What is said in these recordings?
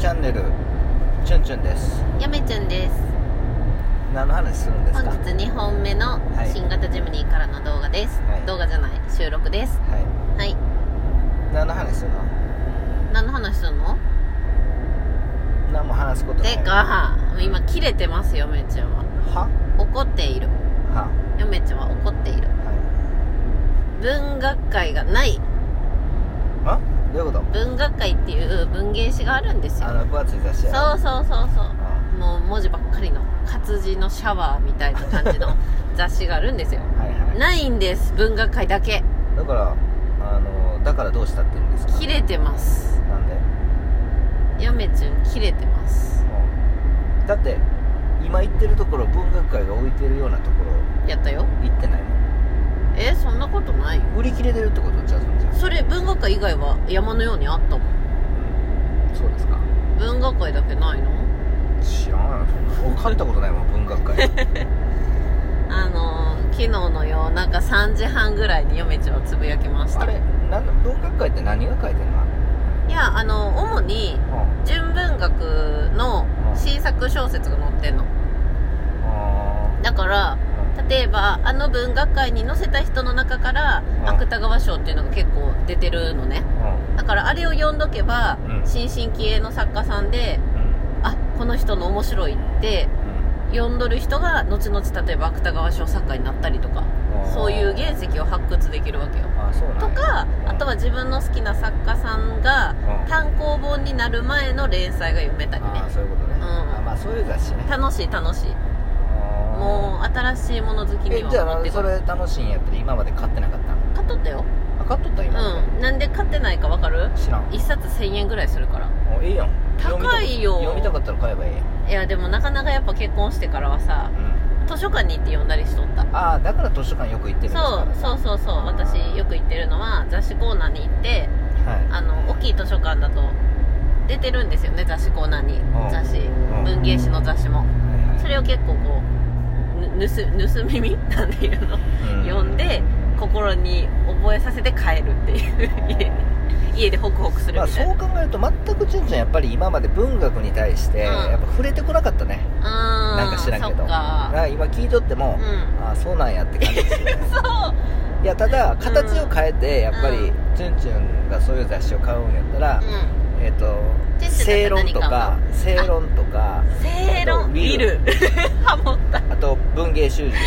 チャンネルチュンチュンです。 やめちゅんです。 何の話するんですか？ 本日2本目の新型ジェムニーからの動画です、はい、動画じゃない収録です。はい、はい、 何の話するの？ 何の話するの？ 何も話すことない。 てか今切れてますよ、めちゃんは。怒っている。よめちゃんは怒っている、はい、文学界がない。 どういうこと？ 文学界っていう文芸誌があるんですよ。 分厚い雑誌や。 そうもう文字ばっかりの活字のシャワーみたいな感じの雑誌があるんですよ。はい、はい、ないんです、文学界だけ。 だからどうしたって言うんですか？ 切れてます。 なんで？ やめちゅん切れてます、 だって今行ってるところ、文学界が置いてるようなところやったよ。 行ってないもん。 そんなことないよ。 売り切れてるってこと？じゃあそれ文学界以外は山のようにあったもん。 そうですか。 文学界だけないの？ 知らない。分かったことないもん文学界昨日の夜中3時半ぐらいに嫁ちゃんをつぶやきました。 あれ文学界って何が書いてんの？ いや主に純文学の新作小説が載ってんの。だから例えば文学界に載せた人の中から芥川賞っていうのが結構出てるのね。だからあれを読んどけば、新進気鋭の作家さんで、この人の面白いって読んどる人が後々例えば芥川賞作家になったりとか、そういう原石を発掘できるわけよ。とかあとは自分の好きな作家さんが単行本になる前の連載が読めたりね。 そういうことね。そういう雑誌ね。 楽しい。もう新しいもの好きには。 じゃあそれ楽しいんやったら今まで買ってなかったの？買っとったよ。 買っとった今まで。 なんで買ってないか分かる？ 知らん。 1冊1000円ぐらいするから。 いいやん。 高いよ。 読みたかったら買えばいいやん。 いやでもなかなかやっぱ結婚してからはさ、図書館に行って読んだりしとった。 だから図書館よく行ってるんですか？ そう私よく行ってるのは雑誌コーナーに行って、大きい図書館だと出てるんですよね、雑誌コーナーに。雑誌、文芸誌の雑誌も、それを結構こう盗耳なんていうの、読んで心に覚えさせて帰るっていう家でホクホクするみたいな。 そう考えると全くちゅんちゃんやっぱり今まで文学に対してやっぱ触れてこなかったね。なんか知らんけど、今聞いとっても、そうなんやって感じですよね。いやただ形を変えてやっぱりちゅんちゅんがそういう雑誌を買うんやったら、正論とか正論見るハモった。 あと文芸集字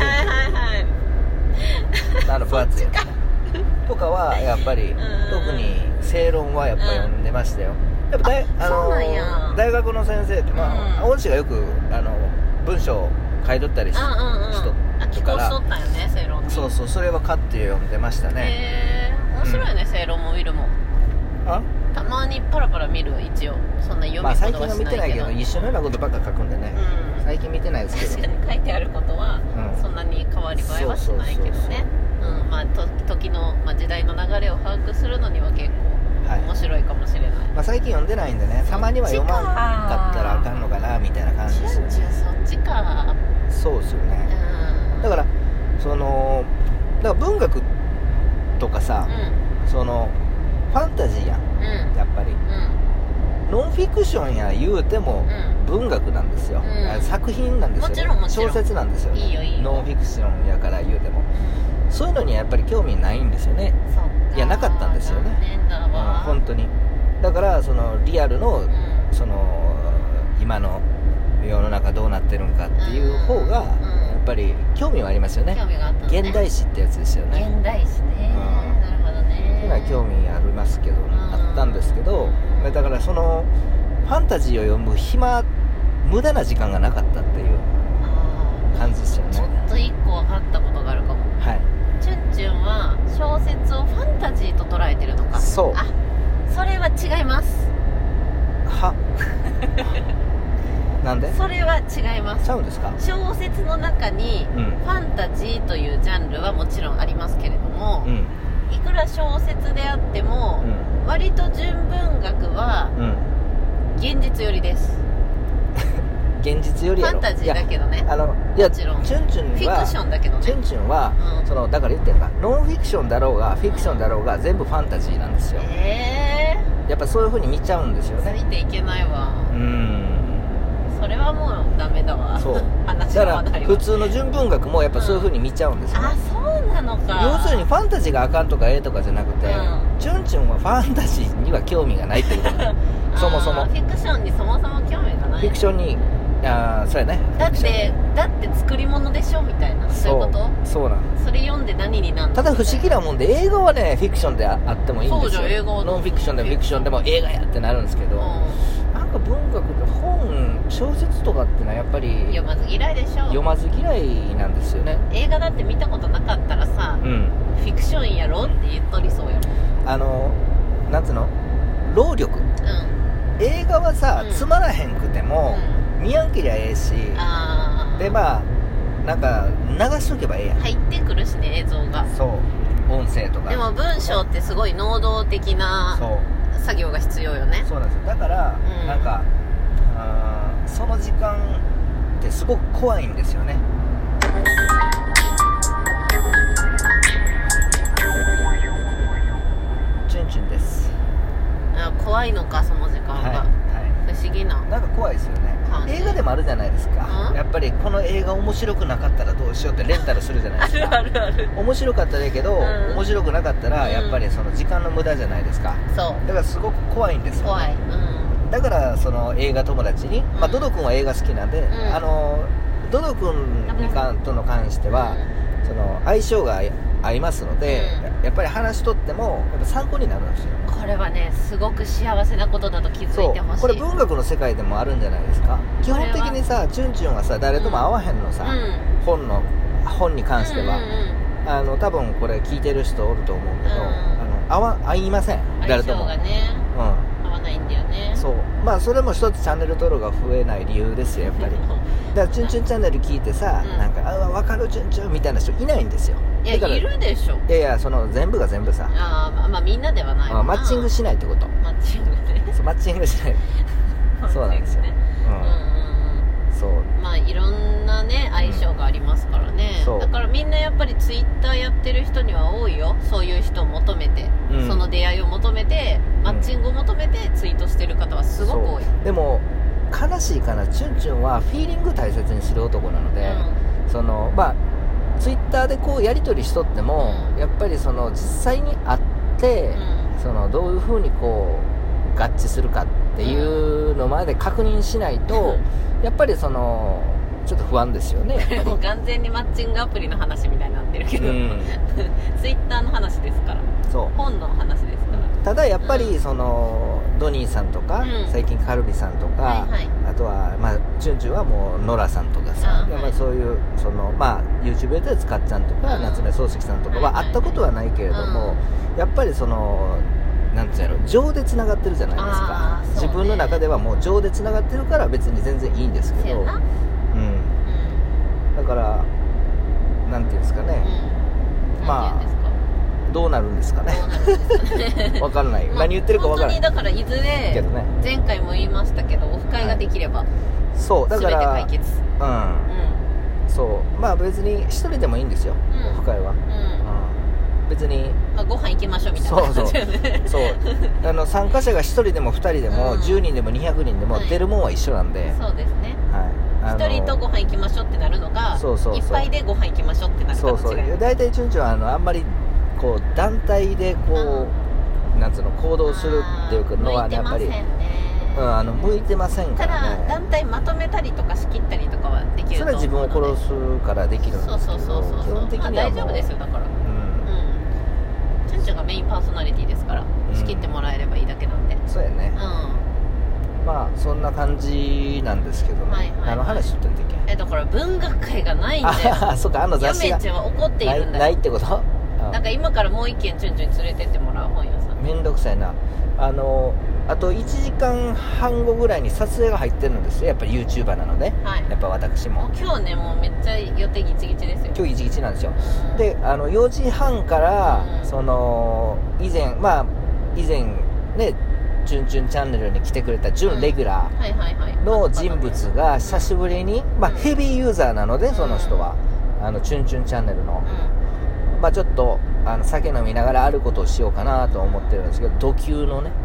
分厚いやつとかはやっぱり特に正論はやっぱ読んでましたよ。やっぱ大学の先生って恩師がよく文章を書いとったりしとったから、そうそれは買って読んでましたね。 面白いね、正論も見るもん。たまにパラパラ見る。一応そんな読みことはしないけど、 最近は見てないけど一緒のようなことばっか書くんでね、最近見てないですけど、 確かに書いてあることはそんなに変わり映えはしないけどね。時の、時代の流れを把握するのには結構面白いかもしれない。 最近読んでないんでね、たまには読まんかったらあかんのかなみたいな感じですよね。 そっちか。 そうですよね。だから文学とかさ、ファンタジーやん、やっぱり、ノンフィクションや言うても文学なんですよ、作品なんですよ、ね、小説なんですよ、ね、 いいよノンフィクションやから言うても、そういうのにはやっぱり興味ないんですよね。いやなかったんですよね、本当に。だからリアルの今の世の中どうなってるんかっていう方がやっぱり興味はありますよね。現代史ってやつですよね。 現代史ね、なるほどね。 そういうのは興味ありますけど、あったんですけど、だからファンタジーを読む無駄な時間がなかったっていう感じですよね。 ちょっと一個分かったことがあるかも。チュンチュンは小説をファンタジーと捉えてるのか。それは違います。 なんで？ それは違います。 ちゃうんですか？ 小説の中にファンタジーというジャンルはもちろんありますけれども、いくら小説であっても、割と純文学は現実寄りです。 現実よりやろ。 ファンタジーだけどね。 いやチュンチュンはフィクションだけどね。 チュンチュンは、だから言ってるか、ノンフィクションだろうがフィクションだろうが全部ファンタジーなんですよ。 やっぱそういう風に見ちゃうんですよね。 ついていけないわ。それはもうダメだわ。 そう話だから普通の純文学もやっぱそういう風に見ちゃうんですよね。 あ、そうなのか。 要するにファンタジーがあかんとかええとかじゃなくて、チュンチュンはファンタジーには興味がないってことねそもそもフィクションにそもそも興味がない。 フィクションにそうやね。 だって作り物でしょみたいな、そういうこと。 そうなん。 それ読んで何になんの。 ただ不思議なもんで、映画はねフィクションであってもいいんですよ。 そうじゃん、映画はノンフィクションでもフィクションでも映画やってなるんですけど、なんか文学って小説とかってのはやっぱり読まず嫌いでしょ。 読まず嫌いなんですよね。 映画だって見たことなかったらさ、フィクションやろって言っとりそうやもん。 なんつうの、労力、映画はさ、つまらへんくても、見やんけりゃええし、でまあなんか流しとけばええやん。 入ってくるしね、映像が。 そう、音声とか。でも文章ってすごい能動的な作業が必要よね。 そうなんですよ。だから、なんかその時間ってすごく怖いんですよね。チュンチュンです。 怖いのか、その時間が。不思議な。 なんか怖いですよね。映画でもあるじゃないですか。やっぱりこの映画面白くなかったらどうしようってレンタルするじゃないですか。 ある面白かったらいいけど、面白くなかったらやっぱりその時間の無駄じゃないですか。そうだからすごく怖いんですよ。怖い。だからその映画友達に、ドド君は映画好きなんで、ドド君との関してはその相性が合いますので、やっぱり話しとってもやっぱ参考になるんですよ。 これはね、すごく幸せなことだと気づいてほしい。 これ文学の世界でもあるんじゃないですか。基本的にさ、チュンチュンはさ、誰とも会わへんのさ、本に関しては、多分これ聞いてる人おると思うけど、会いません、誰とも。相性がね、合わないんだよね。そう、まあそれも一つチャンネル登録が増えない理由ですよ、やっぱり。だからチュンチュンチャンネル聞いてさ、なんか分かるチュンチュンみたいな人いないんですよ。 いや、いるでしょ。 いやその全部が全部さ、 まあみんなではないわな。 マッチングしないってこと。 マッチングね。 そう、マッチングしないそうなんですよ。そう、まあいろんなね相性がありますからね。だからみんなやっぱりツイッターやってる人には多いよ、そういう人を求めて、その出会いを求めて、マッチングを求めてツイートしてる方はすごく多い。 でも悲しいかな、チュンチュンはフィーリング大切にする男なので、そのツイッターでこうやり取りしとっても、やっぱりその実際に会って、そのどういう風にこう合致するかっていうのまで確認しないと、やっぱりそのちょっと不安ですよね。 もう完全にマッチングアプリの話みたいになってるけど、ツイッターの話ですから。そう、本の話ですから。 ただやっぱりそのドニーさんとか、最近カルビさんとか、あとはチュンチュンはもうノラさんとかさ、そういうそのYouTube で使っちゃんとか、夏目漱石さんとかは会ったことはないけれども、やっぱりそのなんていうの、情でつながってるじゃないですか。自分の中ではもう情でつながってるから別に全然いいんですけど、だからなんていうんですかね、どうなるんですかね。分かんないよ、何言ってるか分からない。 本当にだからいずれ、前回も言いましたけど、オフ会ができれば、 そうだから全て解決。 そう別に一人でもいいんですよ、オフ会は。別にご飯行きましょうみたいな感じだよね。 そう参加者が1人でも2人でも10人でも200人でも出るもんは一緒なんで。 そうですね。1人とご飯行きましょうってなるのが、いっぱいでご飯行きましょうってなるかもしれない。 大体チュンチュンはあんまりこう団体でこうなんつうの行動するっていうのはやっぱり向いてませんからね。 ただ団体まとめたりとか仕切ったりとかはできると思うので、 それは自分を殺すからできるんですけど、基本的には大丈夫ですよ。だからチュンチュンがメインパーソナリティですから、仕切ってもらえればいいだけなんで。 そうやね。そんな感じなんですけどね。何の話してんだっけ。 だから文学会がないんだよ。 そうか、雑誌がヨメちゃんは怒っているんだよ。 ないってこと。 なんか今からもう一軒チュンチュンに連れてってもらう本屋さん。 めんどくさいな。あと1時間半後ぐらいに撮影が入ってるんですよ、やっぱり YouTuber なので、やっぱ私も今日ね、もうめっちゃ予定ギチギチですよ。 今日ギチギチなんですよ。で4時半から、その以前ねチュンチュンチャンネルに来てくれた準レギュラーの人物が久しぶりに、ヘビーユーザーなので、その人はチュンチュンチャンネルの、ちょっと酒飲みながらあることをしようかなと思ってるんですけど、土級のね、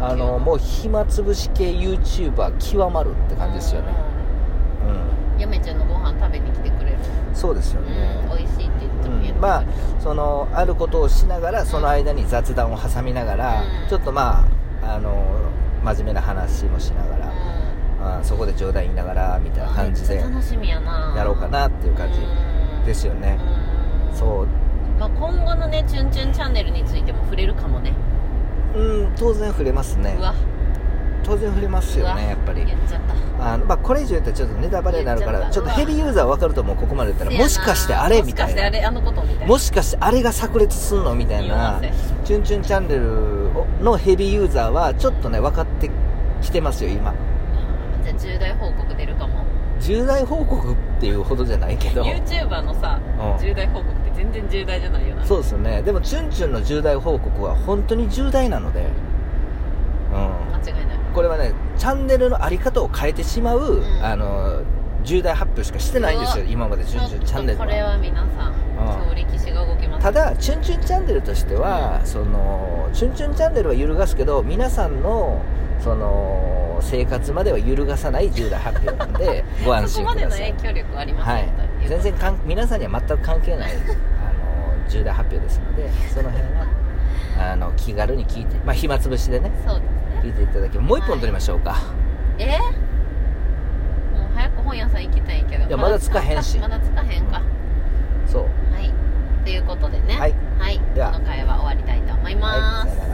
もう暇つぶし系 YouTuber 極まるって感じですよね。 嫁ちゃんのご飯食べに来てくれる。 そうですよね、 美味しいって言ってもいい、 まああることをしながらその間に雑談を挟みながら、ちょっとまあ真面目な話もしながら、そこで冗談言いながらみたいな感じで楽しみやな、 やろうかなっていう感じですよね。そう、 まあ、今後のねチュンチュンチャンネルについても触れるかもね。 当然触れますね。当然触れますよね、やっぱり。 言っちゃった。 まあ、これ以上言ったらちょっとネタバレになるから、ちょっとヘビーユーザー分かると思う。ここまで言ったらもしかしてあれみたいな、もしかしてあれ、あのことみたいな、もしかしてあれが炸裂すんのみたいな、チュンチュンチャンネルのヘビーユーザーはちょっとね分かってきてますよ今。 じゃあ重大報告出るかも。 重大報告っていうほどじゃないけど YouTuber のさ、重大報告って全然重大じゃないよな。 そうですよね。でもチュンチュンの重大報告は本当に重大なので、 間違いない。 これはねチャンネルのあり方を変えてしまう、重大発表しかしてないんですよ今までチュンチュンチャンネルは。 これは皆さん今日歴史が動きます。 ただチュンチュンチャンネルとしては、チュンチュンチャンネルは揺るがすけど皆さんの生活までは揺るがさない重大発表なんでご安心ください。そこまでの影響力はありません、はい、全然皆さんには全く関係ない重大発表ですので、その辺は気軽に聞いて、まあ、暇つぶしでね、 そうですね、 聞いていただければ。もう一本取りましょうか。もう早く本屋さん行きたいけど、 いやまだつかへんしまだつかへんか、 そう、 はい、ということでね、 はい、 ではこの回は終わりたいと思います、 はい、さよなら。